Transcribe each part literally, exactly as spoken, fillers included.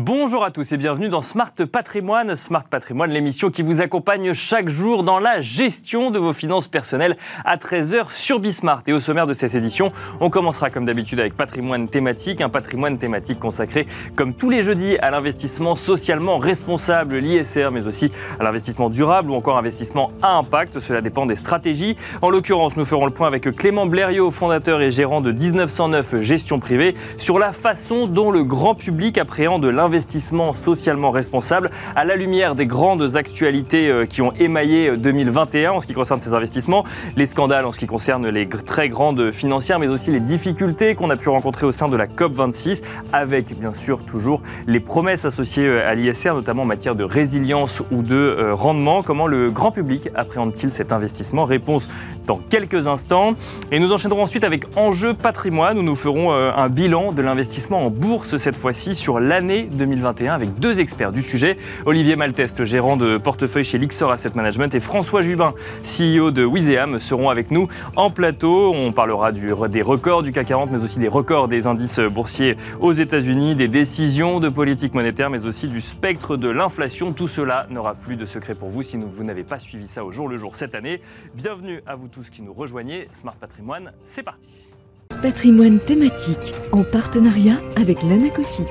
Bonjour à tous et bienvenue dans Smart Patrimoine. Smart Patrimoine, l'émission qui vous accompagne chaque jour dans la gestion de vos finances personnelles à treize heures sur Bismart. Et au sommaire de cette édition, on commencera comme d'habitude avec patrimoine thématique, un patrimoine thématique consacré comme tous les jeudis à l'investissement socialement responsable, l'I S R, mais aussi à l'investissement durable ou encore investissement à impact. Cela dépend des stratégies. En l'occurrence, nous ferons le point avec Clément Blériot, fondateur et gérant de dix-neuf cent neuf Gestion Privée, sur la façon dont le grand public appréhende l'investissement investissement socialement responsable à la lumière des grandes actualités qui ont émaillé deux mille vingt et un en ce qui concerne ces investissements, les scandales en ce qui concerne les très grandes financières, mais aussi les difficultés qu'on a pu rencontrer au sein de la COP vingt-six, avec bien sûr toujours les promesses associées à l'I S R, notamment en matière de résilience ou de rendement. Comment le grand public appréhende-t-il cet investissement? Réponse dans quelques instants. Et nous enchaînerons ensuite avec Enjeu Patrimoine, où nous ferons un bilan de l'investissement en bourse, cette fois-ci sur l'année deux mille vingt et un, avec deux experts du sujet. Olivier Malteste, gérant de portefeuille chez Lyxor Asset Management, et François Jubin, C E O de Wizeam, seront avec nous en plateau. On parlera du, des records du C A C quarante, mais aussi des records des indices boursiers aux États-Unis, des décisions de politique monétaire, mais aussi du spectre de l'inflation. Tout cela n'aura plus de secret pour vous si vous n'avez pas suivi ça au jour le jour cette année. Bienvenue à vous tous qui nous rejoignez. Smart Patrimoine, c'est parti. Patrimoine thématique en partenariat avec l'Anacofi.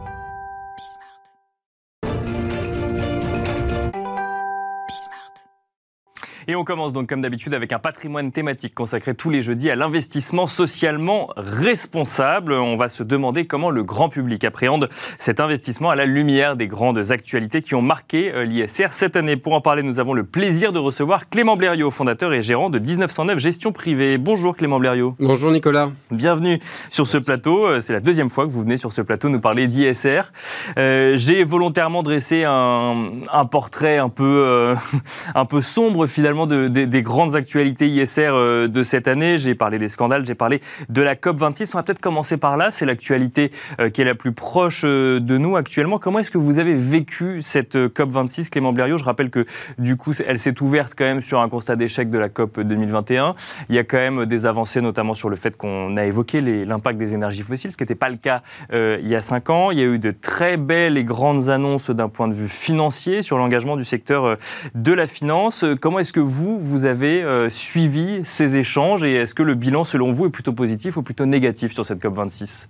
Et on commence donc comme d'habitude avec un patrimoine thématique consacré tous les jeudis à l'investissement socialement responsable. On va se demander comment le grand public appréhende cet investissement à la lumière des grandes actualités qui ont marqué l'I S R cette année. Pour en parler, nous avons le plaisir de recevoir Clément Blériot, fondateur et gérant de dix-neuf cent neuf Gestion Privée. Bonjour Clément Blériot. Bonjour Nicolas. Bienvenue sur ce plateau. C'est la deuxième fois que vous venez sur ce plateau nous parler d'I S R. Euh, j'ai volontairement dressé un, un portrait un peu, euh, un peu sombre finalement De, de, des grandes actualités I S R de cette année. J'ai parlé des scandales, j'ai parlé de la COP vingt-six. On va peut-être commencer par là. C'est l'actualité qui est la plus proche de nous actuellement. Comment est-ce que vous avez vécu cette COP vingt-six, Clément Blériot? Je rappelle que du coup, elle s'est ouverte quand même sur un constat d'échec de la COP deux mille vingt et un. Il y a quand même des avancées, notamment sur le fait qu'on a évoqué les, l'impact des énergies fossiles, ce qui n'était pas le cas euh, il y a cinq ans. Il y a eu de très belles et grandes annonces d'un point de vue financier sur l'engagement du secteur de la finance. Comment est-ce que vous, vous avez euh, suivi ces échanges et est-ce que le bilan, selon vous, est plutôt positif ou plutôt négatif sur cette COP vingt-six?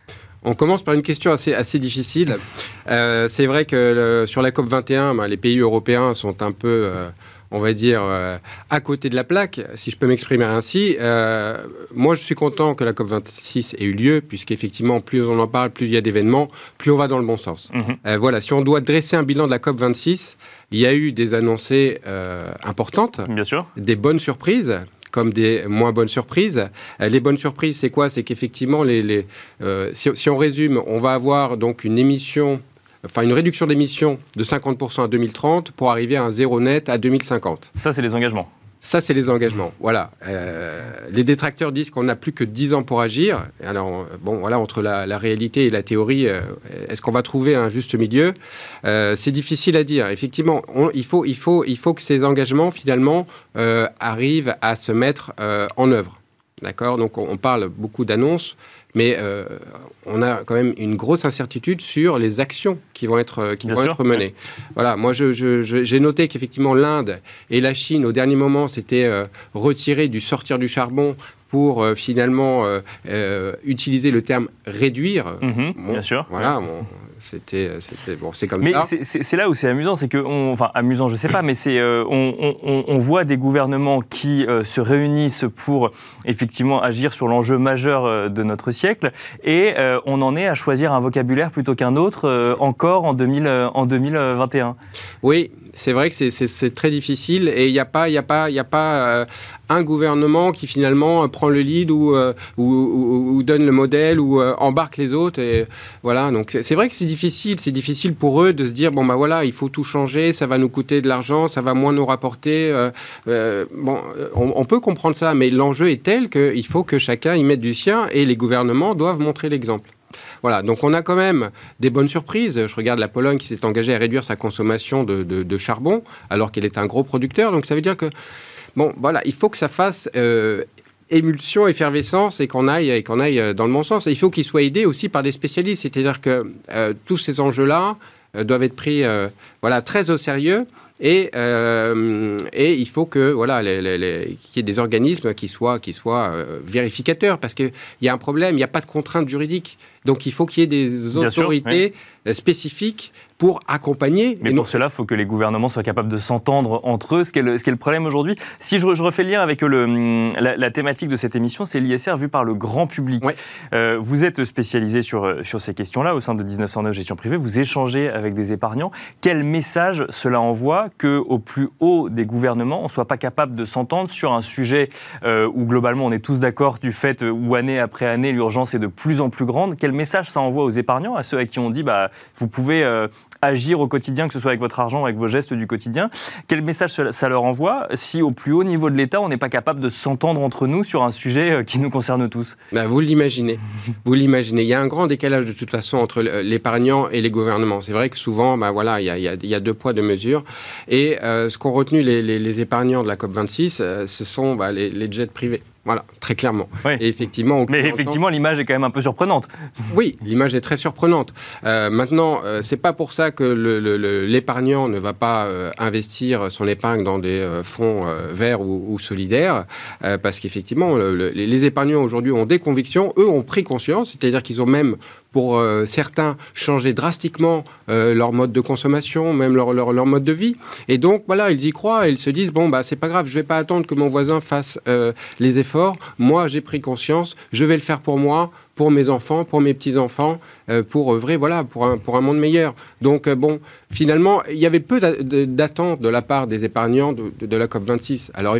On commence par une question assez, assez difficile. Euh, c'est vrai que le, sur la COP vingt et un, ben, les pays européens sont un peu, euh, on va dire, euh, à côté de la plaque, si je peux m'exprimer ainsi. Euh, moi, je suis content que la COP vingt-six ait eu lieu, puisqu'effectivement, plus on en parle, plus il y a d'événements, plus on va dans le bon sens. Mmh. Euh, voilà, si on doit dresser un bilan de la COP vingt-six, il y a eu des annoncées euh, importantes, bien sûr, des bonnes surprises, comme des moins bonnes surprises. Euh, les bonnes surprises, c'est quoi? C'est qu'effectivement, les, les, euh, si, si on résume, on va avoir donc une émission, enfin une réduction d'émissions de cinquante pour cent à deux mille trente pour arriver à un zéro net à deux mille cinquante. Ça, c'est les engagements. Ça, c'est les engagements. Voilà. Euh, les détracteurs disent qu'on n'a plus que dix ans pour agir. Alors, bon, voilà, entre la, la réalité et la théorie, euh, est-ce qu'on va trouver un juste milieu? euh, C'est difficile à dire. Effectivement, on, il, faut, il, faut, il faut que ces engagements, finalement, euh, arrivent à se mettre euh, en œuvre. D'accord? Donc, on, on parle beaucoup d'annonces, mais euh, on a quand même une grosse incertitude sur les actions qui vont être, qui vont être menées. Voilà, moi, je, je, je, j'ai noté qu'effectivement, l'Inde et la Chine, au dernier moment, s'étaient euh, retirés du sortir du charbon pour euh, finalement euh, euh, utiliser le terme réduire. Mmh, bon, bien sûr. Voilà, bon, c'était, c'était, bon, c'est comme mais ça. Mais c'est, c'est là où c'est amusant, c'est que, on, enfin amusant, je sais pas, mais c'est, euh, on, on, on voit des gouvernements qui euh, se réunissent pour effectivement agir sur l'enjeu majeur euh, de notre siècle, et euh, on en est à choisir un vocabulaire plutôt qu'un autre euh, encore en, deux mille, euh, en deux mille vingt et un. Oui. C'est vrai que c'est, c'est, c'est très difficile et il n'y a pas, il y a pas, il y a pas euh, un gouvernement qui finalement euh, prend le lead ou, euh, ou, ou, ou donne le modèle ou euh, embarque les autres. Et voilà, donc c'est, c'est vrai que c'est difficile. C'est difficile pour eux de se dire bon bah voilà, il faut tout changer, ça va nous coûter de l'argent, ça va moins nous rapporter. Euh, euh, bon, on, on peut comprendre ça, mais l'enjeu est tel qu'il faut que chacun y mette du sien et les gouvernements doivent montrer l'exemple. Voilà, donc on a quand même des bonnes surprises. Je regarde la Pologne qui s'est engagée à réduire sa consommation de, de, de charbon, alors qu'elle est un gros producteur. Donc ça veut dire que, bon, voilà, il faut que ça fasse euh, émulsion, effervescence et qu'on aille, et qu'on aille dans le bon sens. Et il faut qu'ils soient aidés aussi par des spécialistes. C'est-à-dire que euh, tous ces enjeux-là euh, doivent être pris euh, voilà, très au sérieux. Et, euh, et il faut que voilà, les, les, les, qu'il y ait des organismes qui soient, qui soient euh, vérificateurs, parce qu'il y a un problème, il n'y a pas de contrainte juridique. Donc il faut qu'il y ait des autorités sûr, oui. spécifiques pour accompagner. Mais pour non... cela, il faut que les gouvernements soient capables de s'entendre entre eux, ce qui est le, ce qui est le problème aujourd'hui. Si je, je refais le lien avec le, la, la thématique de cette émission, c'est l'I S R vu par le grand public. Ouais. Euh, vous êtes spécialisé sur, sur ces questions-là au sein de dix-neuf cent neuf Gestion Privée, vous échangez avec des épargnants. Quel message cela envoie qu'au plus haut des gouvernements, on ne soit pas capable de s'entendre sur un sujet euh, où globalement on est tous d'accord du fait où année après année, l'urgence est de plus en plus grande. Quel message ça envoie aux épargnants, à ceux à qui on dit bah, vous pouvez euh, agir au quotidien, que ce soit avec votre argent, avec vos gestes du quotidien. Quel message ça leur envoie si au plus haut niveau de l'État, on n'est pas capable de s'entendre entre nous sur un sujet qui nous concerne tous ? Ben, vous l'imaginez. Vous l'imaginez. Il y a un grand décalage de toute façon entre l'épargnant et les gouvernements. C'est vrai que souvent, ben, voilà, il y a, il y a, il y a deux poids, deux mesures. Et euh, ce qu'ont retenu les, les, les épargnants de la COP vingt-six, euh, ce sont ben, les, les jets privés. Voilà, très clairement. Oui. Et effectivement, Mais effectivement, entend... l'image est quand même un peu surprenante. Oui, l'image est très surprenante. Euh, maintenant, euh, c'est pas pour ça que le, le, le, l'épargnant ne va pas euh, investir son épargne dans des euh, fonds euh, verts ou, ou solidaires, euh, parce qu'effectivement, le, le, les épargnants aujourd'hui ont des convictions. Eux ont pris conscience, c'est-à-dire qu'ils ont même, pour euh, certains, changé drastiquement euh, leur mode de consommation, même leur, leur, leur mode de vie. Et donc, voilà, ils y croient et ils se disent, bon, bah, c'est pas grave, je vais pas attendre que mon voisin fasse euh, les efforts. Moi, j'ai pris conscience, je vais le faire pour moi, pour mes enfants, pour mes petits-enfants, euh, pour œuvrer, voilà, pour un, pour un monde meilleur. Donc, euh, bon, finalement, il y avait peu d'attentes de la part des épargnants de, de, de la COP vingt-six. Alors,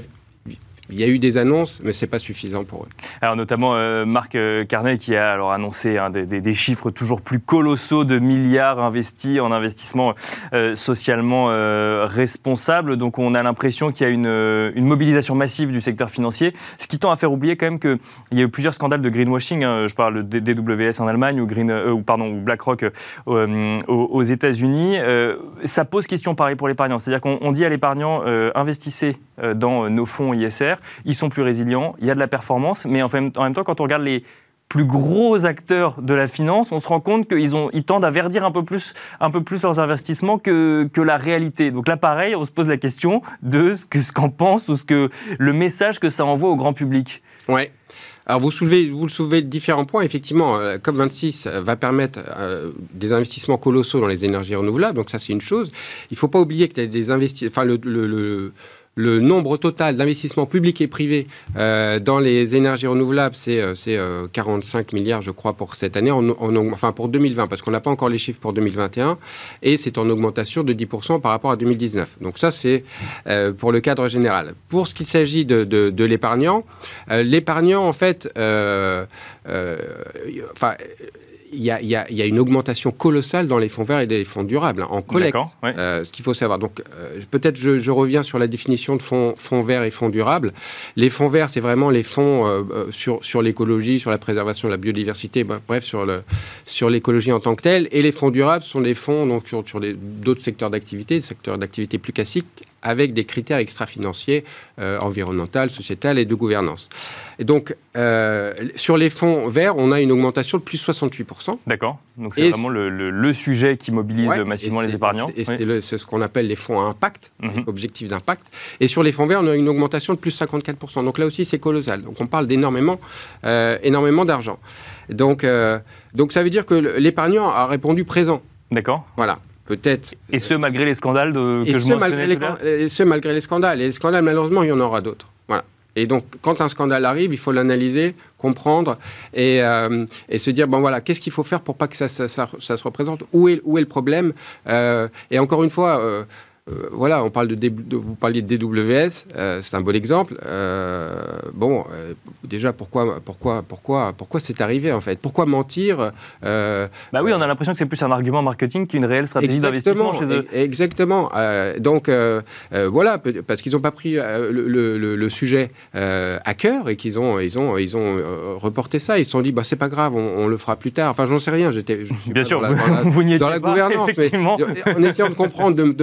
il y a eu des annonces, mais ce n'est pas suffisant pour eux. Alors notamment euh, Marc euh, Carney qui a alors annoncé hein, des, des, des chiffres toujours plus colossaux de milliards investis en investissement euh, socialement euh, responsable. Donc on a l'impression qu'il y a une, une mobilisation massive du secteur financier, ce qui tend à faire oublier quand même qu'il y a eu plusieurs scandales de greenwashing. Hein, je parle de D W S en Allemagne ou, Green, euh, ou, pardon, ou BlackRock euh, aux, aux États-Unis. Euh, ça pose question pareil pour l'épargnant. C'est-à-dire qu'on on dit à l'épargnant euh, investissez euh, dans nos fonds I S R. Ils sont plus résilients, il y a de la performance, mais en même temps, quand on regarde les plus gros acteurs de la finance, on se rend compte qu'ils ont, ils tendent à verdir un peu plus, un peu plus leurs investissements que, que la réalité. Donc là, pareil, on se pose la question de ce, que, ce qu'en pense ou ce que, le message que ça envoie au grand public. Ouais. Alors vous soulevez, vous le soulevez de différents points. Effectivement, la COP vingt-six va permettre euh, des investissements colossaux dans les énergies renouvelables. Donc ça, c'est une chose. Il ne faut pas oublier que des investissements... Enfin, le... le, le Le nombre total d'investissements publics et privés euh, dans les énergies renouvelables, c'est, c'est euh, quarante-cinq milliards, je crois, pour cette année, en, en, enfin pour deux mille vingt, parce qu'on n'a pas encore les chiffres pour deux mille vingt et un, et c'est en augmentation de dix pour cent par rapport à deux mille dix-neuf. Donc ça, c'est euh, pour le cadre général. Pour ce qu'il s'agit de, de, de l'épargnant, euh, l'épargnant, en fait, euh, euh, enfin... Il y, a, il, y a, il y a une augmentation colossale dans les fonds verts et les fonds durables, hein, en collecte, ouais. euh, ce qu'il faut savoir. Donc, euh, peut-être je, je reviens sur la définition de fonds, fonds verts et fonds durables. Les fonds verts, c'est vraiment les fonds euh, sur, sur l'écologie, sur la préservation de la biodiversité, bref, sur, le, sur l'écologie en tant que telle. Et les fonds durables sont des fonds donc, sur, sur les, d'autres secteurs d'activité, des secteurs d'activité plus classiques, avec des critères extra-financiers, euh, environnementaux, sociétals et de gouvernance. Et donc, euh, sur les fonds verts, on a une augmentation de plus soixante-huit pour cent. D'accord. Donc, c'est et vraiment le, le, le sujet qui mobilise ouais, massivement les épargnants. Et c'est, oui. c'est, le, c'est ce qu'on appelle les fonds à impact, mm-hmm. objectifs d'impact. Et sur les fonds verts, on a une augmentation de plus cinquante-quatre pour cent. Donc là aussi, c'est colossal. Donc, on parle d'énormément euh, énormément d'argent. Donc, euh, donc, ça veut dire que l'épargnant a répondu présent. D'accord. Voilà. Peut-être. Et ce, malgré les scandales de, que et je ce, mentionnais malgré tout à l'heure. Et ce, malgré les scandales. Et les scandales, malheureusement, il y en aura d'autres. Voilà. Et donc, quand un scandale arrive, il faut l'analyser, comprendre et, euh, et se dire, bon voilà, qu'est-ce qu'il faut faire pour pas que ça, ça, ça, ça se représente ? Où est, où est le problème ? euh, Et encore une fois... Euh, Euh, voilà, on parle de, de vous parliez de D W S, euh, c'est un bon exemple. Euh, bon, euh, déjà pourquoi, pourquoi, pourquoi, pourquoi c'est arrivé en fait ? Pourquoi mentir ? euh, Bah oui, on a l'impression que c'est plus un argument marketing qu'une réelle stratégie d'investissement chez eux. Exactement. Euh, donc euh, euh, voilà, parce qu'ils n'ont pas pris euh, le, le, le sujet euh, à cœur et qu'ils ont, ils ont, ils ont euh, reporté ça. Ils se sont dit, bah c'est pas grave, on, on le fera plus tard. Enfin, j'en sais rien. J'étais, je suis bien sûr, dans la, dans la, vous n'y étiez dans la pas, gouvernance, mais en essayant de comprendre de, de, de mon point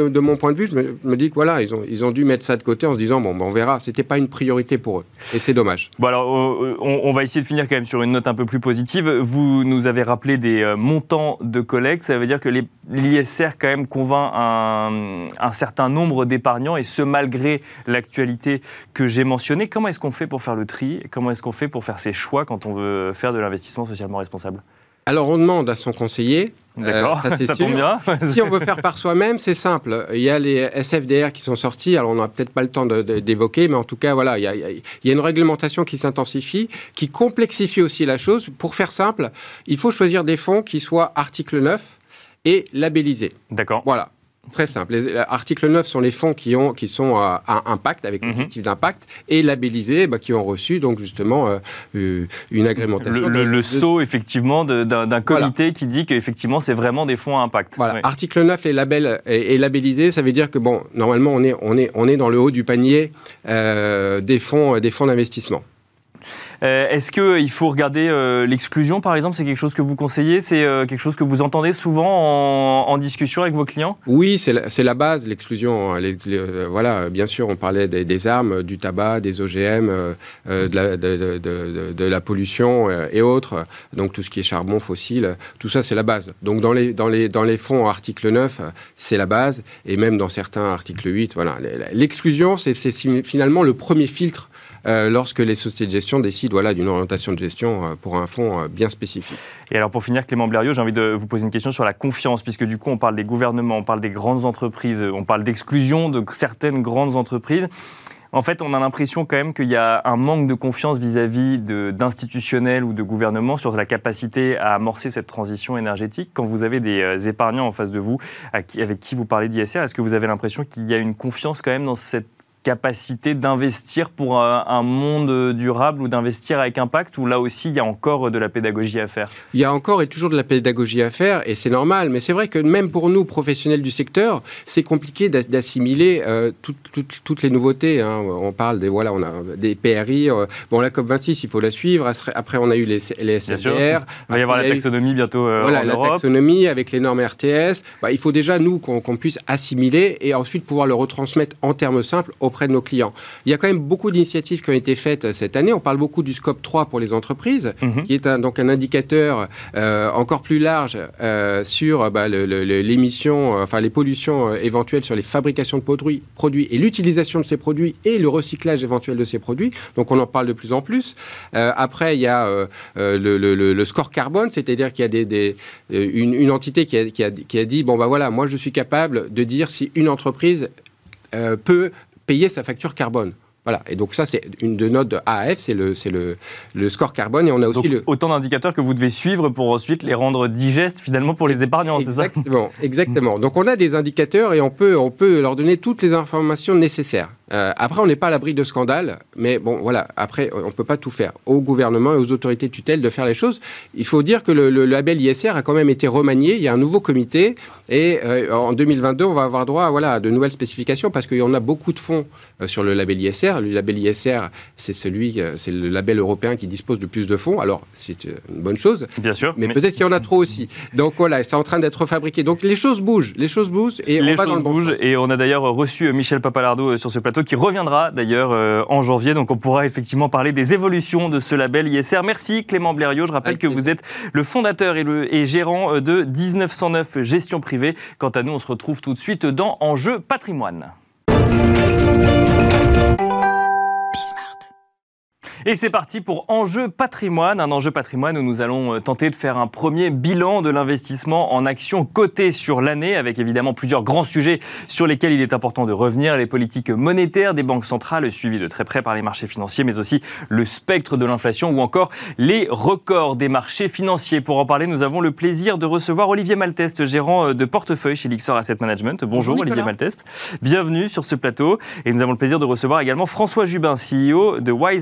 point de vue, je me, me dis que voilà, ils ont, ils ont dû mettre ça de côté en se disant, bon, ben, on verra, c'était pas une priorité pour eux. Et c'est dommage. Bon alors, on, on va essayer de finir quand même sur une note un peu plus positive. Vous nous avez rappelé des euh, montants de collecte. Ça veut dire que l'I S R quand même convainc un, un certain nombre d'épargnants, et ce malgré l'actualité que j'ai mentionnée. Comment est-ce qu'on fait pour faire le tri? Comment est-ce qu'on fait pour faire ses choix quand on veut faire de l'investissement socialement responsable? Alors, on demande à son conseiller. D'accord, euh, ça, c'est ça sûr. tombe bien. Si on veut faire par soi-même, c'est simple. Il y a les S F D R qui sont sortis. Alors, on n'a peut-être pas le temps de, de, d'évoquer, mais en tout cas, voilà, il y a, il y a une réglementation qui s'intensifie, qui complexifie aussi la chose. Pour faire simple, il faut choisir des fonds qui soient article neuf et labellisés. D'accord. Voilà. Très simple. Les articles neuf sont les fonds qui, ont, qui sont à, à impact, avec mm-hmm. l'objectif d'impact, et labellisés, bah, qui ont reçu donc justement euh, une agrémentation. Le, le, de, le de... sceau, effectivement, de, d'un, d'un comité voilà. qui dit qu'effectivement, c'est vraiment des fonds à impact. Voilà. Oui. Article neuf, les labels et, et labellisés, ça veut dire que, bon, normalement, on est, on est, on est dans le haut du panier euh, des fonds, des fonds d'investissement. Euh, est-ce qu'il faut regarder euh, l'exclusion, par exemple? C'est quelque chose que vous conseillez? C'est euh, quelque chose que vous entendez souvent en, en discussion avec vos clients? Oui, c'est la, c'est la base, l'exclusion. Les, les, euh, voilà, bien sûr, on parlait des, des armes, du tabac, des O G M, euh, de, la, de, de, de, de la pollution euh, et autres. Donc, tout ce qui est charbon, fossile, tout ça, c'est la base. Donc, dans les, dans les, dans les fonds article neuf, c'est la base. Et même dans certains articles huit, voilà. L'exclusion, c'est, c'est finalement le premier filtre Euh, lorsque les sociétés de gestion décident voilà, d'une orientation de gestion euh, pour un fonds euh, bien spécifique. Et alors pour finir, Clément Blériot, j'ai envie de vous poser une question sur la confiance, puisque du coup on parle des gouvernements, on parle des grandes entreprises, on parle d'exclusion de certaines grandes entreprises. En fait, on a l'impression quand même qu'il y a un manque de confiance vis-à-vis de, d'institutionnels ou de gouvernements sur la capacité à amorcer cette transition énergétique. Quand vous avez des euh, épargnants en face de vous, à qui, avec qui vous parlez d'I S R, est-ce que vous avez l'impression qu'il y a une confiance quand même dans cette capacité d'investir pour un, un monde durable ou d'investir avec impact, ou là aussi il y a encore de la pédagogie à faire? Il y a encore et toujours de la pédagogie à faire, et c'est normal, mais c'est vrai que même pour nous, professionnels du secteur, c'est compliqué d'assimiler euh, tout, tout, toutes les nouveautés. Hein. On parle des, voilà, on a des P R I, euh, bon, la COP vingt-six, il faut la suivre, après on a eu les, les S F D R. Il va y avoir la taxonomie bientôt euh, voilà, en la Europe. La taxonomie avec les normes R T S, bah, il faut déjà, nous, qu'on, qu'on puisse assimiler et ensuite pouvoir le retransmettre en termes simples auprès de nos clients. Il y a quand même beaucoup d'initiatives qui ont été faites cette année. On parle beaucoup du scope trois pour les entreprises, mmh. qui est un, donc un indicateur euh, encore plus large euh, sur bah, le, le, l'émission, euh, enfin les pollutions euh, éventuelles sur les fabrications de produits, produits et l'utilisation de ces produits et le recyclage éventuel de ces produits. Donc on en parle de plus en plus. Euh, après, il y a euh, le, le, le score carbone, c'est-à-dire qu'il y a des, des, une, une entité qui a, qui, a, qui a dit, bon bah voilà, moi je suis capable de dire si une entreprise euh, peut payer sa facture carbone. Voilà. Et donc ça, c'est une de notes de A A F, c'est le, c'est le, le score carbone. Et on a aussi donc, le... autant d'indicateurs que vous devez suivre pour ensuite les rendre digestes finalement pour les épargnants, exactement, c'est ça? Exactement. Donc on a des indicateurs et on peut, on peut leur donner toutes les informations nécessaires. Euh, après, on n'est pas à l'abri de scandales, mais bon, voilà, après, on ne peut pas tout faire. Au gouvernement et aux autorités de tutelle de faire les choses. Il faut dire que le, le label I S R a quand même été remanié. Il y a un nouveau comité et euh, en deux mille vingt-deux, on va avoir droit à, voilà, à de nouvelles spécifications parce qu'il y en a beaucoup de fonds euh, sur le label I S R. Le label I S R, c'est celui, euh, c'est le label européen qui dispose de plus de fonds. Alors, c'est une bonne chose. Bien sûr. Mais, mais... peut-être qu'il y en a trop aussi. Donc voilà, c'est en train d'être fabriqué. Donc les choses bougent. Les choses bougent et les on va dans le bon bougent sens. Et on a d'ailleurs reçu Michel Papalardo sur ce plateau qui reviendra d'ailleurs euh, en janvier. Donc on pourra effectivement parler des évolutions de ce label I S R. Merci Clément Blériot. Je rappelle Avec que vous êtes le fondateur et, le, et gérant de dix-neuf cent neuf Gestion Privée. Quant à nous, on se retrouve tout de suite dans Enjeu Patrimoine. Et c'est parti pour Enjeu Patrimoine, un enjeu patrimoine où nous allons tenter de faire un premier bilan de l'investissement en actions cotées sur l'année, avec évidemment plusieurs grands sujets sur lesquels il est important de revenir, les politiques monétaires des banques centrales, suivies de très près par les marchés financiers, mais aussi le spectre de l'inflation ou encore les records des marchés financiers. Pour en parler, nous avons le plaisir de recevoir Olivier Malteste, gérant de portefeuille chez Lyxor Asset Management. Bonjour, Bonjour Olivier Malteste, bienvenue sur ce plateau. Et nous avons le plaisir de recevoir également François Jubin, C E O de Wise A M.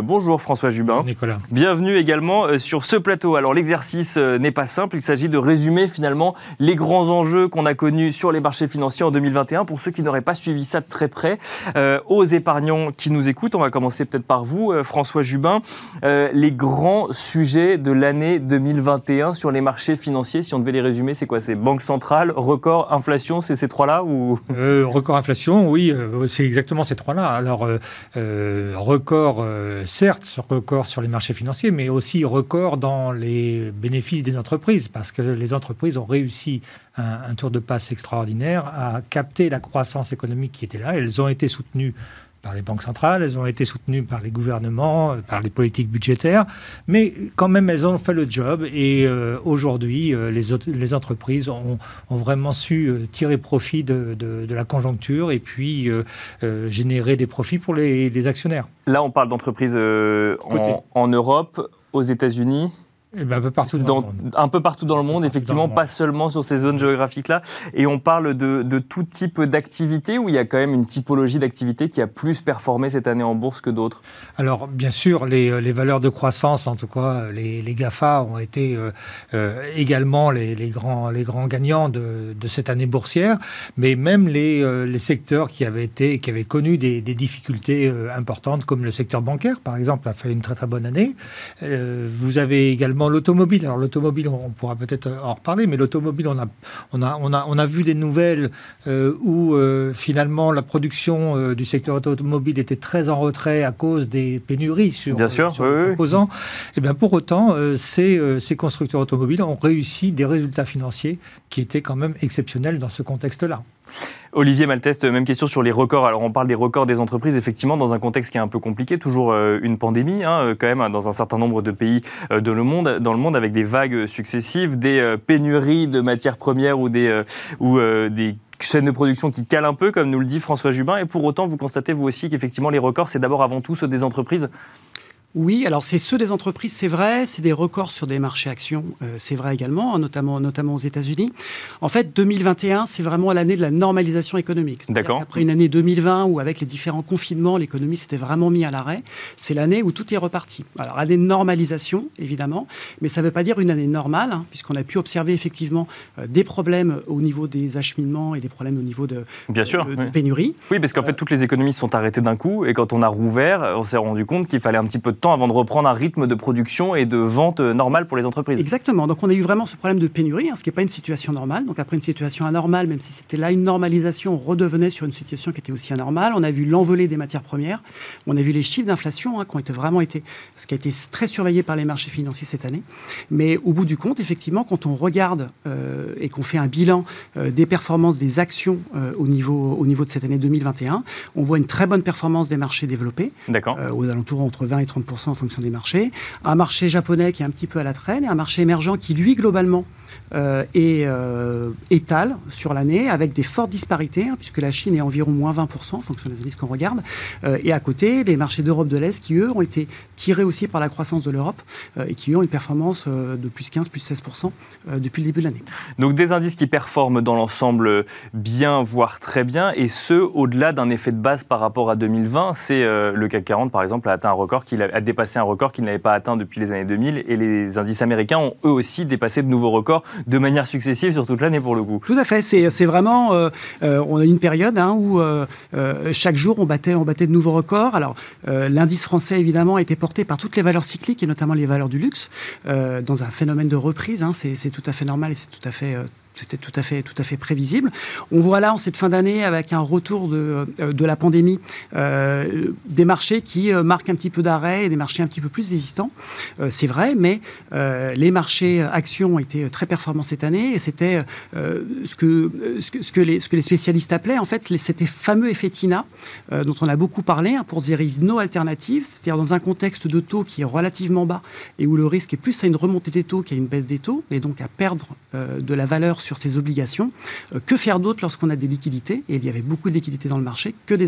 Bonjour François Jubin. Bonjour Nicolas. Bienvenue également sur ce plateau. Alors l'exercice n'est pas simple, il s'agit de résumer finalement les grands enjeux qu'on a connus sur les marchés financiers en deux mille vingt et un pour ceux qui n'auraient pas suivi ça de très près. Euh, aux épargnants qui nous écoutent, on va commencer peut-être par vous euh, François Jubin. Euh, les grands sujets de l'année deux mille vingt et un sur les marchés financiers, si on devait les résumer, c'est quoi? C'est banque centrale, record, inflation, c'est ces trois-là ou... euh, Record, inflation, oui, euh, c'est exactement ces trois-là. Alors, euh, euh, record, euh, certes, sur record sur les marchés financiers, mais aussi record dans les bénéfices des entreprises, parce que les entreprises ont réussi un, un tour de passe extraordinaire à capter la croissance économique qui était là. Elles ont été soutenues par les banques centrales, elles ont été soutenues par les gouvernements, par les politiques budgétaires, mais quand même, elles ont fait le job. Et euh, aujourd'hui, euh, les, autres, les entreprises ont, ont vraiment su euh, tirer profit de, de, de la conjoncture et puis euh, euh, générer des profits pour les, les actionnaires. Là, on parle d'entreprises euh, en, en Europe, aux États-Unis. Eh ben, un peu partout dans, dans le monde. Un peu partout dans le monde, effectivement, le monde. Pas seulement sur ces zones géographiques-là. Et on parle de, de tout type d'activité, où il y a quand même une typologie d'activité qui a plus performé cette année en bourse que d'autres? Alors, bien sûr, les, les valeurs de croissance, en tout cas, les, les GAFA ont été euh, euh, également les, les, grands, les grands gagnants de, de cette année boursière, mais même les, euh, les secteurs qui avaient, été, qui avaient connu des, des difficultés euh, importantes, comme le secteur bancaire, par exemple, a fait une très très bonne année. Euh, vous avez également l'automobile. Alors l'automobile, on pourra peut-être en reparler, mais l'automobile, on a, on a, on a, on a vu des nouvelles euh, où euh, finalement la production euh, du secteur automobile était très en retrait à cause des pénuries sur, Bien sûr, euh, sur oui, les oui. composants. Et bien pour autant, euh, ces, euh, ces constructeurs automobiles ont réussi des résultats financiers qui étaient quand même exceptionnels dans ce contexte-là. Olivier Malteste, même question sur les records. Alors on parle des records des entreprises, effectivement, dans un contexte qui est un peu compliqué, toujours euh, une pandémie, hein, quand même, dans un certain nombre de pays euh, de le monde, dans le monde, avec des vagues successives, des euh, pénuries de matières premières ou des, euh, ou, euh, des chaînes de production qui calent un peu, comme nous le dit François Jubin. Et pour autant, vous constatez, vous aussi, qu'effectivement, les records, c'est d'abord avant tout ceux des entreprises? Oui, alors c'est ceux des entreprises, c'est vrai, c'est des records sur des marchés actions, euh, c'est vrai également, notamment, notamment aux États-Unis. En fait, deux mille vingt et un, c'est vraiment l'année de la normalisation économique. D'accord. Après une année deux mille vingt où, avec les différents confinements, l'économie s'était vraiment mise à l'arrêt, c'est l'année où tout est reparti. Alors, année de normalisation, évidemment, mais ça ne veut pas dire une année normale, hein, puisqu'on a pu observer effectivement euh, des problèmes au niveau des acheminements et des problèmes au niveau de, Bien sûr, de, de oui. pénurie. Oui, parce qu'en fait, toutes les économies sont arrêtées d'un coup, et quand on a rouvert, on s'est rendu compte qu'il fallait un petit peu de temps avant de reprendre un rythme de production et de vente normal pour les entreprises. Exactement. Donc on a eu vraiment ce problème de pénurie, hein, ce qui n'est pas une situation normale. Donc après une situation anormale, même si c'était là une normalisation, on redevenait sur une situation qui était aussi anormale. On a vu l'envolée des matières premières. On a vu les chiffres d'inflation hein, qui ont été vraiment été, ce qui a été très surveillé par les marchés financiers cette année. Mais au bout du compte, effectivement, quand on regarde euh, et qu'on fait un bilan euh, des performances des actions euh, au niveau au niveau de cette année deux mille vingt et un, on voit une très bonne performance des marchés développés, euh, aux alentours entre vingt et trente pour cent en fonction des marchés. Un marché japonais qui est un petit peu à la traîne et un marché émergent qui, lui, globalement, euh, est euh, étale sur l'année avec des fortes disparités, hein, puisque la Chine est environ moins vingt pour cent en fonction des indices qu'on regarde. Euh, et à côté, les marchés d'Europe de l'Est qui, eux, ont été tirés aussi par la croissance de l'Europe euh, et qui ont une performance euh, de plus quinze, plus seize pour cent euh, depuis le début de l'année. Donc des indices qui performent dans l'ensemble bien, voire très bien, et ce, au-delà d'un effet de base par rapport à deux mille vingt. C'est euh, le C A C quarante, par exemple, a atteint un record, qu'il a, a dépassé un record qu'il n'avait pas atteint depuis les années deux mille, et les indices américains ont eux aussi dépassé de nouveaux records de manière successive sur toute l'année pour le coup. Tout à fait, c'est, c'est vraiment, euh, euh, on a une période hein, où euh, euh, chaque jour on battait, on battait de nouveaux records. Alors euh, l'indice français évidemment a été porté par toutes les valeurs cycliques et notamment les valeurs du luxe, euh, dans un phénomène de reprise, hein, c'est, c'est tout à fait normal et c'est tout à fait... Euh, C'était tout à fait, tout à fait prévisible. On voit là, en cette fin d'année, avec un retour de, de la pandémie, euh, des marchés qui euh, marquent un petit peu d'arrêt et des marchés un petit peu plus résistants. Euh, c'est vrai, mais euh, les marchés actions ont été très performants cette année et c'était euh, ce, que, ce, que, ce, que les, ce que les spécialistes appelaient, en fait, les, c'était fameux effet Tina, euh, dont on a beaucoup parlé, hein, pour dire is no alternative, c'est-à-dire dans un contexte de taux qui est relativement bas et où le risque est plus à une remontée des taux qu'à une baisse des taux, et donc à perdre euh, de la valeur sur ses obligations. Euh, que faire d'autre lorsqu'on a des liquidités? Et il y avait beaucoup de liquidités dans le marché, que des actions.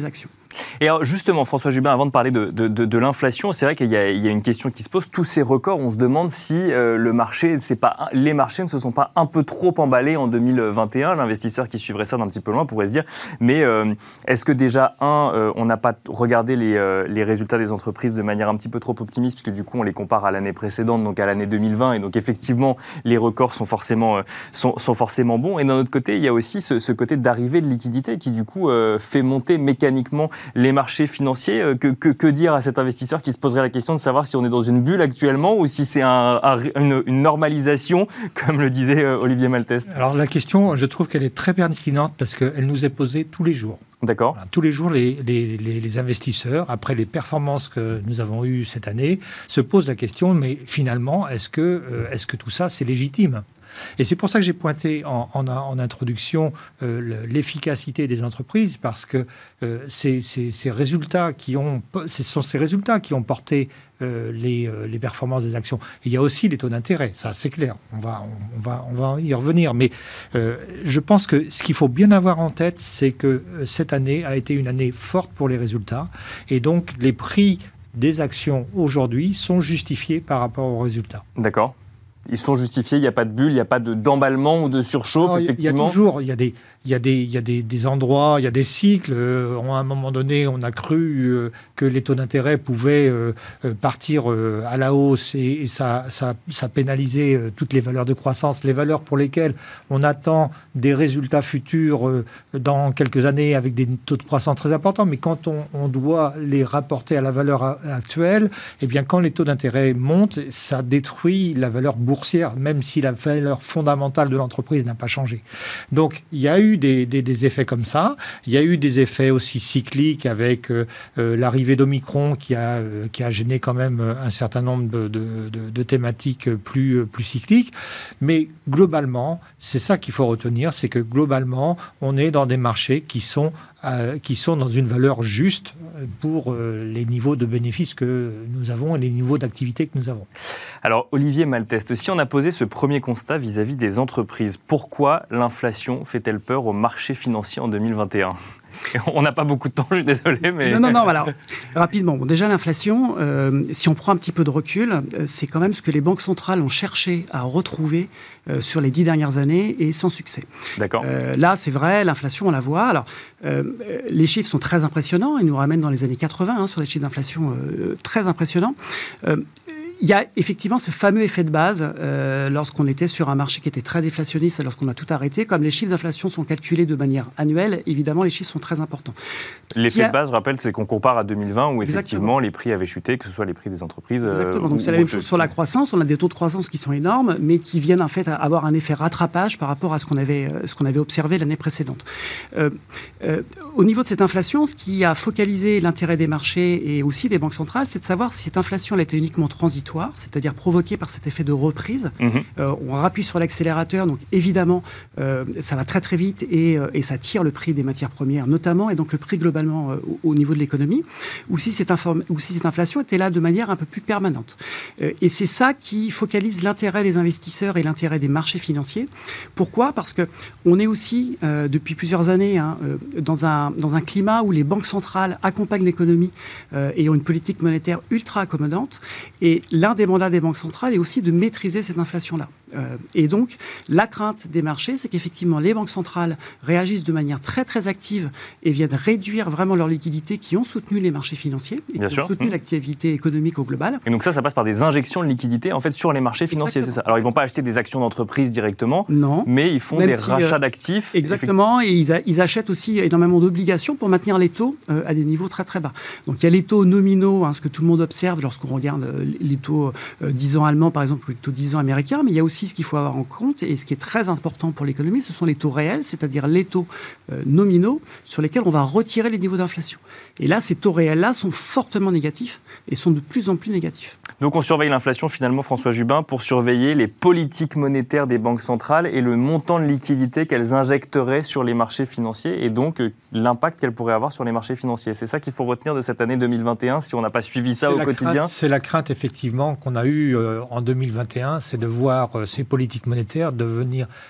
Et alors justement, François Jubin, avant de parler de, de, de, de l'inflation, c'est vrai qu'il y a, il y a une question qui se pose. Tous ces records, on se demande si euh, le marché, c'est pas, les marchés ne se sont pas un peu trop emballés en deux mille vingt et un. L'investisseur qui suivrait ça d'un petit peu loin pourrait se dire, mais euh, est-ce que déjà, un, euh, on n'a pas regardé les, euh, les résultats des entreprises de manière un petit peu trop optimiste, puisque du coup, on les compare à l'année précédente, donc à l'année deux mille vingt, et donc effectivement, les records sont forcément, euh, sont, sont forcément bons. Et d'un autre côté, il y a aussi ce, ce côté d'arrivée de liquidité qui, du coup, euh, fait monter mécaniquement les marchés financiers. Que, que, que dire à cet investisseur qui se poserait la question de savoir si on est dans une bulle actuellement ou si c'est un, un, une, une normalisation, comme le disait Olivier Malteste? Alors la question, je trouve qu'elle est très pertinente parce qu'elle nous est posée tous les jours. D'accord. Voilà, tous les jours, les, les, les, les investisseurs, après les performances que nous avons eues cette année, se posent la question, mais finalement, est-ce que, euh, est-ce que tout ça, c'est légitime ? Et c'est pour ça que j'ai pointé en, en, en introduction euh, l'efficacité des entreprises, parce que euh, c'est, c'est, ces résultats qui ont, ce sont ces résultats qui ont porté euh, les, euh, les performances des actions. Et il y a aussi les taux d'intérêt, ça c'est clair, on va, on, on va, on va y revenir. Mais euh, je pense que ce qu'il faut bien avoir en tête, c'est que euh, cette année a été une année forte pour les résultats, et donc les prix des actions aujourd'hui sont justifiés par rapport aux résultats. D'accord. Ils sont justifiés, il n'y a pas de bulle, il n'y a pas de, d'emballement ou de surchauffe, Alors, effectivement. Il y a toujours, il y a des, il y a des, il y a des, des endroits, il y a des cycles. Euh, à un moment donné, on a cru euh, que les taux d'intérêt pouvaient euh, partir euh, à la hausse et, et ça, ça, ça pénalisait euh, toutes les valeurs de croissance, les valeurs pour lesquelles on attend des résultats futurs euh, dans quelques années avec des taux de croissance très importants. Mais quand on, on doit les rapporter à la valeur actuelle, eh bien, quand les taux d'intérêt montent, ça détruit la valeur boursière, même si la valeur fondamentale de l'entreprise n'a pas changé. Donc, il y a eu des, des, des effets comme ça. Il y a eu des effets aussi cycliques avec euh, euh, l'arrivée d'Omicron qui a, euh, qui a gêné quand même un certain nombre de, de, de, de thématiques plus, plus cycliques. Mais globalement, c'est ça qu'il faut retenir, c'est que globalement, on est dans des marchés qui sont, euh, qui sont dans une valeur juste pour euh, les niveaux de bénéfices que nous avons et les niveaux d'activité que nous avons. Alors, Olivier Malteste, si on a posé ce premier constat vis-à-vis des entreprises, pourquoi l'inflation fait-elle peur au marché financier en deux mille vingt et un ? On n'a pas beaucoup de temps, je suis désolé, mais... Non, non, non, alors, rapidement. Bon, déjà, l'inflation, euh, si on prend un petit peu de recul, euh, c'est quand même ce que les banques centrales ont cherché à retrouver euh, sur les dix dernières années et sans succès. D'accord. Euh, là, c'est vrai, l'inflation, on la voit. Alors, euh, les chiffres sont très impressionnants. Ils nous ramènent dans les années quatre-vingts hein, sur les chiffres d'inflation euh, très impressionnants. Euh, Il y a effectivement ce fameux effet de base euh, lorsqu'on était sur un marché qui était très déflationniste, lorsqu'on a tout arrêté. Comme les chiffres d'inflation sont calculés de manière annuelle, évidemment, les chiffres sont très importants. Ce L'effet a... de base, je rappelle, c'est qu'on compare à deux mille vingt où effectivement Exactement. les prix avaient chuté, que ce soit les prix des entreprises. Exactement. Euh, Donc ou, c'est la même chose sur la croissance. On a des taux de croissance qui sont énormes, mais qui viennent en fait avoir un effet rattrapage par rapport à ce qu'on avait, ce qu'on avait observé l'année précédente. Euh, euh, au niveau de cette inflation, ce qui a focalisé l'intérêt des marchés et aussi des banques centrales, c'est de savoir si cette inflation elle était uniquement transitoire, c'est-à-dire provoqué par cet effet de reprise. Mmh. Euh, on rappuie sur l'accélérateur, donc évidemment, euh, ça va très très vite et, euh, et ça tire le prix des matières premières notamment, et donc le prix globalement euh, au, au niveau de l'économie, ou si, cette inform- ou si cette inflation était là de manière un peu plus permanente. Euh, et c'est ça qui focalise l'intérêt des investisseurs et l'intérêt des marchés financiers. Pourquoi ? Parce qu'on est aussi, euh, depuis plusieurs années, hein, euh, dans, un, dans un climat où les banques centrales accompagnent l'économie euh, et ont une politique monétaire ultra accommodante, et l'un des mandats des banques centrale est aussi de maîtriser cette inflation-là. Euh, et donc, la crainte des marchés, c'est qu'effectivement, les banques centrales réagissent de manière très, très active et viennent réduire vraiment leurs liquidités qui ont soutenu les marchés financiers et Bien qui sûr. ont soutenu mmh. l'activité économique au global. Et donc ça, ça passe par des injections de liquidités en fait, sur les marchés financiers, exactement. C'est ça. Alors, ils ne vont pas acheter des actions d'entreprise directement, non. mais ils font Même des si, rachats euh, d'actifs. Exactement, et ils, a, ils achètent aussi énormément d'obligations pour maintenir les taux euh, à des niveaux très, très bas. Donc, il y a les taux nominaux, hein, ce que tout le monde observe lorsqu'on regarde euh, les taux euh, dix ans allemands, par exemple, ou les taux dix ans américains, mais il y a aussi ce qu'il faut avoir en compte, et ce qui est très important pour l'économie, ce sont les taux réels, c'est-à-dire les taux euh, nominaux sur lesquels on va retirer les niveaux d'inflation. Et là, ces taux réels-là sont fortement négatifs et sont de plus en plus négatifs. Donc on surveille l'inflation finalement, François Jubin, pour surveiller les politiques monétaires des banques centrales et le montant de liquidité qu'elles injecteraient sur les marchés financiers et donc euh, l'impact qu'elles pourraient avoir sur les marchés financiers. C'est ça qu'il faut retenir de cette année deux mille vingt et un si on n'a pas suivi ça c'est au quotidien. Crainte, c'est la crainte effectivement qu'on a eue euh, en deux mille vingt et un, c'est de voir euh, ces politiques monétaires devenir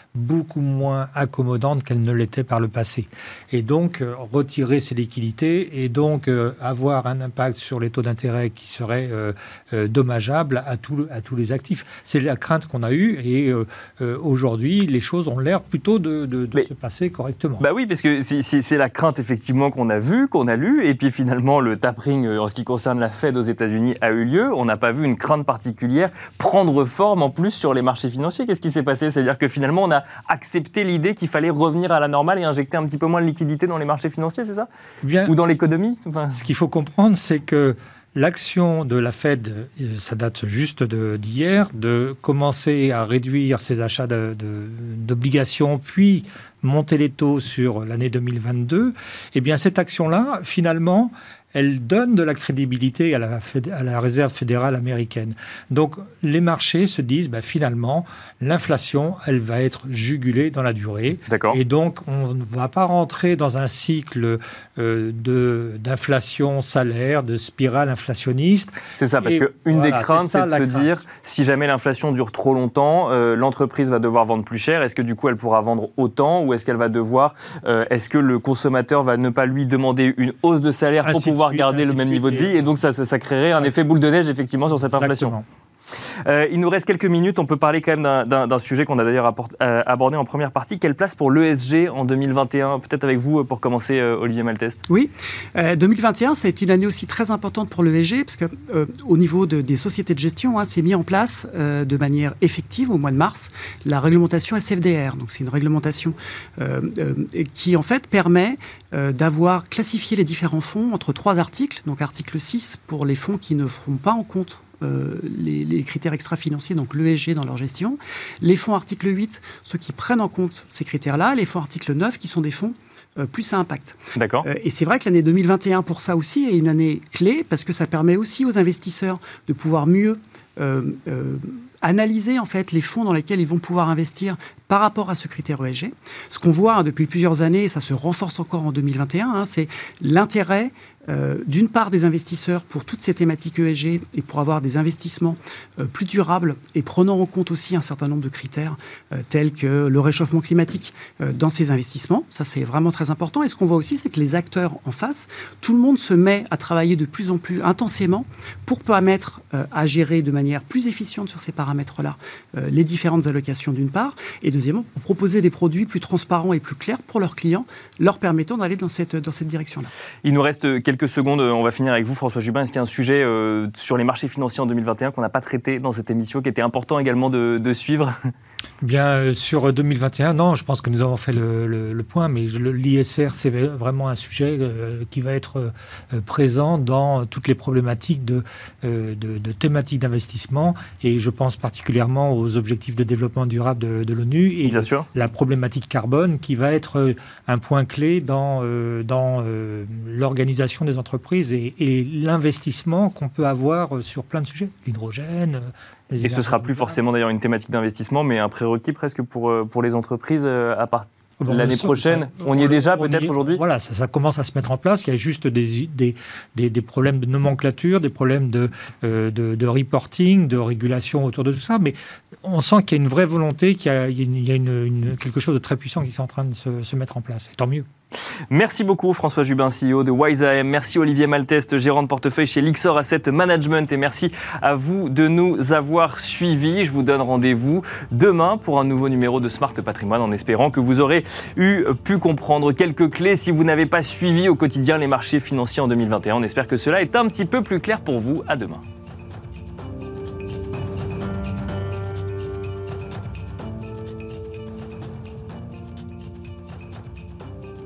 beaucoup moins accommodante qu'elle ne l'était par le passé. Et donc, euh, retirer ces liquidités et donc euh, avoir un impact sur les taux d'intérêt qui serait euh, euh, dommageable à, tout, à tous les actifs. C'est la crainte qu'on a eue et euh, euh, aujourd'hui, les choses ont l'air plutôt de, de, de se passer correctement. Bah oui, parce que c'est, c'est, c'est la crainte effectivement qu'on a vue, qu'on a lue, et puis finalement le tapering en ce qui concerne la Fed aux États-Unis a eu lieu. On n'a pas vu une crainte particulière prendre forme en plus sur les marchés financiers. Qu'est-ce qui s'est passé ? C'est-à-dire que finalement on a accepté l'idée qu'il fallait revenir à la normale et injecter un petit peu moins de liquidité dans les marchés financiers, c'est ça ? Bien, ou dans l'économie enfin... Ce qu'il faut comprendre, c'est que l'action de la Fed, ça date juste de, d'hier, de commencer à réduire ses achats de, de, d'obligations, puis monter les taux sur l'année deux mille vingt-deux. Eh bien, cette action-là, finalement, elle donne de la crédibilité à la, à la Réserve fédérale américaine. Donc, les marchés se disent, ben, finalement, l'inflation, elle va être jugulée dans la durée. D'accord. Et donc, on ne va pas rentrer dans un cycle euh, de, d'inflation salaire, de spirale inflationniste. C'est ça, parce qu'une voilà, des craintes, c'est, ça, c'est de se crainte. dire, si jamais l'inflation dure trop longtemps, euh, l'entreprise va devoir vendre plus cher. Est-ce que du coup, elle pourra vendre autant ou est-ce qu'elle va devoir... Euh, est-ce que le consommateur va ne pas lui demander une hausse de salaire pour pouvoir pouvoir garder le même niveau de vie, et donc ça, ça, ça créerait un effet boule de neige effectivement sur cette inflation. Exactement. Euh, il nous reste quelques minutes, on peut parler quand même d'un, d'un, d'un sujet qu'on a d'ailleurs apport, euh, abordé en première partie. Quelle place pour l'E S G en deux mille vingt et un ? Peut-être avec vous pour commencer, euh, Olivier Malteste. Oui, euh, deux mille vingt et un, ça a été une année aussi très importante pour l'E S G, parce qu'au euh, niveau de, des sociétés de gestion, hein, c'est mis en place euh, de manière effective au mois de mars la réglementation S F D R. Donc c'est une réglementation euh, euh, qui en fait permet euh, d'avoir classifié les différents fonds entre trois articles. Donc article six pour les fonds qui ne feront pas en compte Euh, les, les critères extra-financiers, donc l'E S G dans leur gestion. Les fonds article huit, ceux qui prennent en compte ces critères-là. Les fonds article neuf, qui sont des fonds euh, plus à impact. D'accord. Euh, et c'est vrai que l'année deux mille vingt et un, pour ça aussi, est une année clé, parce que ça permet aussi aux investisseurs de pouvoir mieux euh, euh, analyser en fait les fonds dans lesquels ils vont pouvoir investir par rapport à ce critère E S G. Ce qu'on voit hein, depuis plusieurs années, et ça se renforce encore en deux mille vingt et un, hein, c'est l'intérêt Euh, d'une part des investisseurs pour toutes ces thématiques E S G et pour avoir des investissements euh, plus durables et prenant en compte aussi un certain nombre de critères euh, tels que le réchauffement climatique euh, dans ces investissements. Ça, c'est vraiment très important. Et ce qu'on voit aussi, c'est que les acteurs en face, tout le monde se met à travailler de plus en plus intensément pour permettre euh, à gérer de manière plus efficiente sur ces paramètres-là euh, les différentes allocations d'une part, et deuxièmement, pour proposer des produits plus transparents et plus clairs pour leurs clients, leur permettant d'aller dans cette, dans cette direction-là. Il nous reste quelques secondes, on va finir avec vous, François Jubin. Est-ce qu'il y a un sujet euh, sur les marchés financiers en deux mille vingt et un qu'on n'a pas traité dans cette émission, qui était important également de, de suivre ? Bien, euh, sur deux mille vingt et un, non, je pense que nous avons fait le, le, le point, mais le, l'I S R, c'est vraiment un sujet euh, qui va être euh, présent dans toutes les problématiques de, euh, de, de thématiques d'investissement, et je pense particulièrement aux objectifs de développement durable de, de l'ONU, et Bien sûr. la problématique carbone qui va être un point clé dans, euh, dans euh, l'organisation des entreprises et, et l'investissement qu'on peut avoir sur plein de sujets, l'hydrogène. Et ce ne sera plus forcément d'ailleurs une thématique d'investissement, mais un prérequis presque pour, pour les entreprises à partir bon, l'année prochaine. Ça, on y est déjà on peut-être est, aujourd'hui ? Voilà, ça, ça commence à se mettre en place. Il y a juste des, des, des, des problèmes de nomenclature, des problèmes de, euh, de, de reporting, de régulation autour de tout ça, mais on sent qu'il y a une vraie volonté, qu'il y a, il y a une, une, quelque chose de très puissant qui est en train de se, se mettre en place. Et tant mieux. Merci beaucoup François Jubin, C E O de Wise A M. Merci Olivier Malteste, gérant de portefeuille chez Lyxor Asset Management. Et merci à vous de nous avoir suivis. Je vous donne rendez-vous demain pour un nouveau numéro de Smart Patrimoine, en espérant que vous aurez eu pu comprendre quelques clés. Si vous n'avez pas suivi au quotidien les marchés financiers en deux mille vingt et un, on espère que cela est un petit peu plus clair pour vous. À demain.